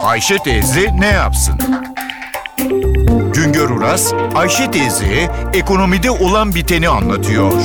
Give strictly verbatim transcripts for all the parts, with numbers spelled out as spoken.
Ayşe teyze ne yapsın? Güngör Uras, Ayşe teyze ekonomide olan biteni anlatıyor.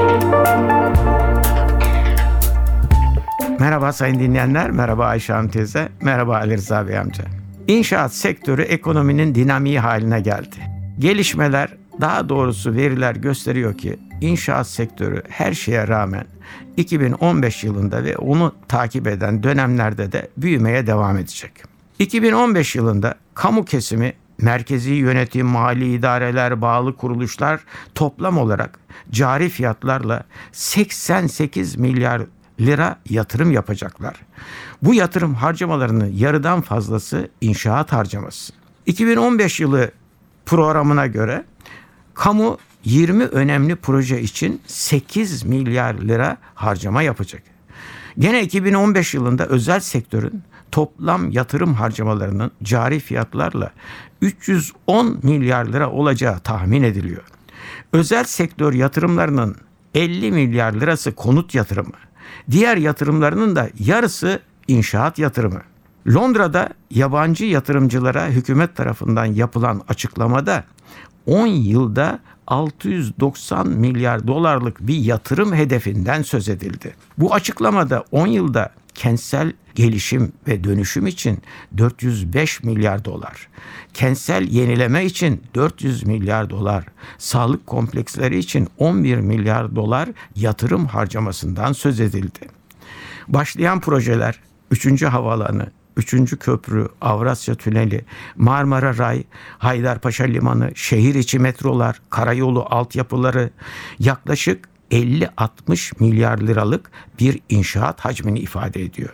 Merhaba sayın dinleyenler, merhaba Ayşe Hanım teyze, merhaba Ali Rıza Bey amca. İnşaat sektörü ekonominin dinamiği haline geldi. Gelişmeler, daha doğrusu veriler gösteriyor ki inşaat sektörü her şeye rağmen iki bin on beş yılında ve onu takip eden dönemlerde de büyümeye devam edecek. iki bin on beş yılında kamu kesimi, merkezi yönetim, mali idareler, bağlı kuruluşlar toplam olarak cari fiyatlarla seksen sekiz milyar lira yatırım yapacaklar. Bu yatırım harcamalarının yarıdan fazlası inşaat harcaması. iki bin on beş yılı programına göre kamu yirmi önemli proje için sekiz milyar lira harcama yapacak. Gene iki bin on beş yılında özel sektörün toplam yatırım harcamalarının cari fiyatlarla üç yüz on milyar lira olacağı tahmin ediliyor. Özel sektör yatırımlarının elli milyar lirası konut yatırımı, diğer yatırımlarının da yarısı inşaat yatırımı. Londra'da yabancı yatırımcılara hükümet tarafından yapılan açıklamada on yılda altı yüz doksan milyar dolarlık bir yatırım hedefinden söz edildi. Bu açıklamada on yılda kentsel gelişim ve dönüşüm için dört yüz beş milyar dolar, kentsel yenileme için dört yüz milyar dolar, sağlık kompleksleri için on bir milyar dolar yatırım harcamasından söz edildi. Başlayan projeler üçüncü havaalanı, üçüncü köprü, Avrasya Tüneli, Marmara Ray, Haydarpaşa Limanı, şehir içi metrolar, karayolu altyapıları yaklaşık elli altmış milyar liralık bir inşaat hacmini ifade ediyor.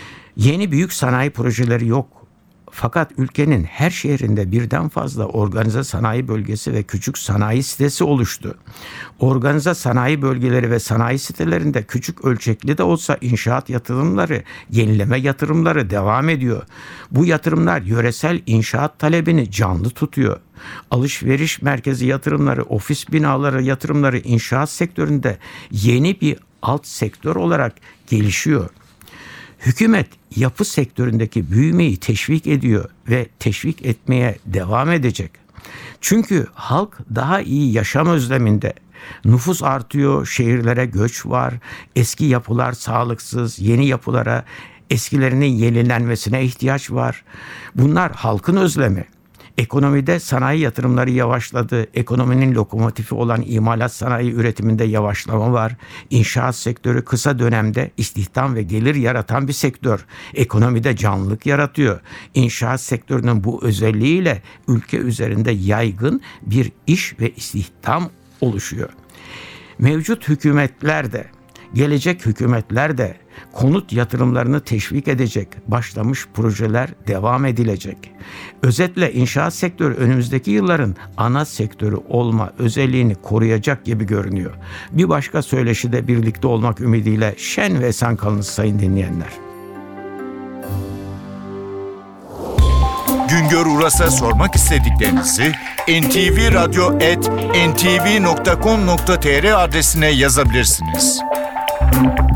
Yeni büyük sanayi projeleri yok. Fakat ülkenin her şehrinde birden fazla organize sanayi bölgesi ve küçük sanayi sitesi oluştu. Organize sanayi bölgeleri ve sanayi sitelerinde küçük ölçekli de olsa inşaat yatırımları, yenileme yatırımları devam ediyor. Bu yatırımlar yöresel inşaat talebini canlı tutuyor. Alışveriş merkezi yatırımları, ofis binaları yatırımları inşaat sektöründe yeni bir alt sektör olarak gelişiyor. Hükümet yapı sektöründeki büyümeyi teşvik ediyor ve teşvik etmeye devam edecek. Çünkü halk daha iyi yaşam özleminde. Nüfus artıyor, şehirlere göç var, eski yapılar sağlıksız, yeni yapılara, eskilerinin yenilenmesine ihtiyaç var. Bunlar halkın özlemi. Ekonomide sanayi yatırımları yavaşladı. Ekonominin lokomotifi olan imalat sanayi üretiminde yavaşlama var. İnşaat sektörü kısa dönemde istihdam ve gelir yaratan bir sektör. Ekonomide canlılık yaratıyor. İnşaat sektörünün bu özelliğiyle ülke üzerinde yaygın bir iş ve istihdam oluşuyor. Mevcut hükümetler de, gelecek hükümetler de konut yatırımlarını teşvik edecek, başlamış projeler devam edilecek. Özetle inşaat sektörü önümüzdeki yılların ana sektörü olma özelliğini koruyacak gibi görünüyor. Bir başka söyleşide birlikte olmak ümidiyle şen ve esen kalınız sayın dinleyenler. Güngör Uras'a sormak istediklerinizi en ti vi radyo at en ti vi nokta com nokta tr adresine yazabilirsiniz.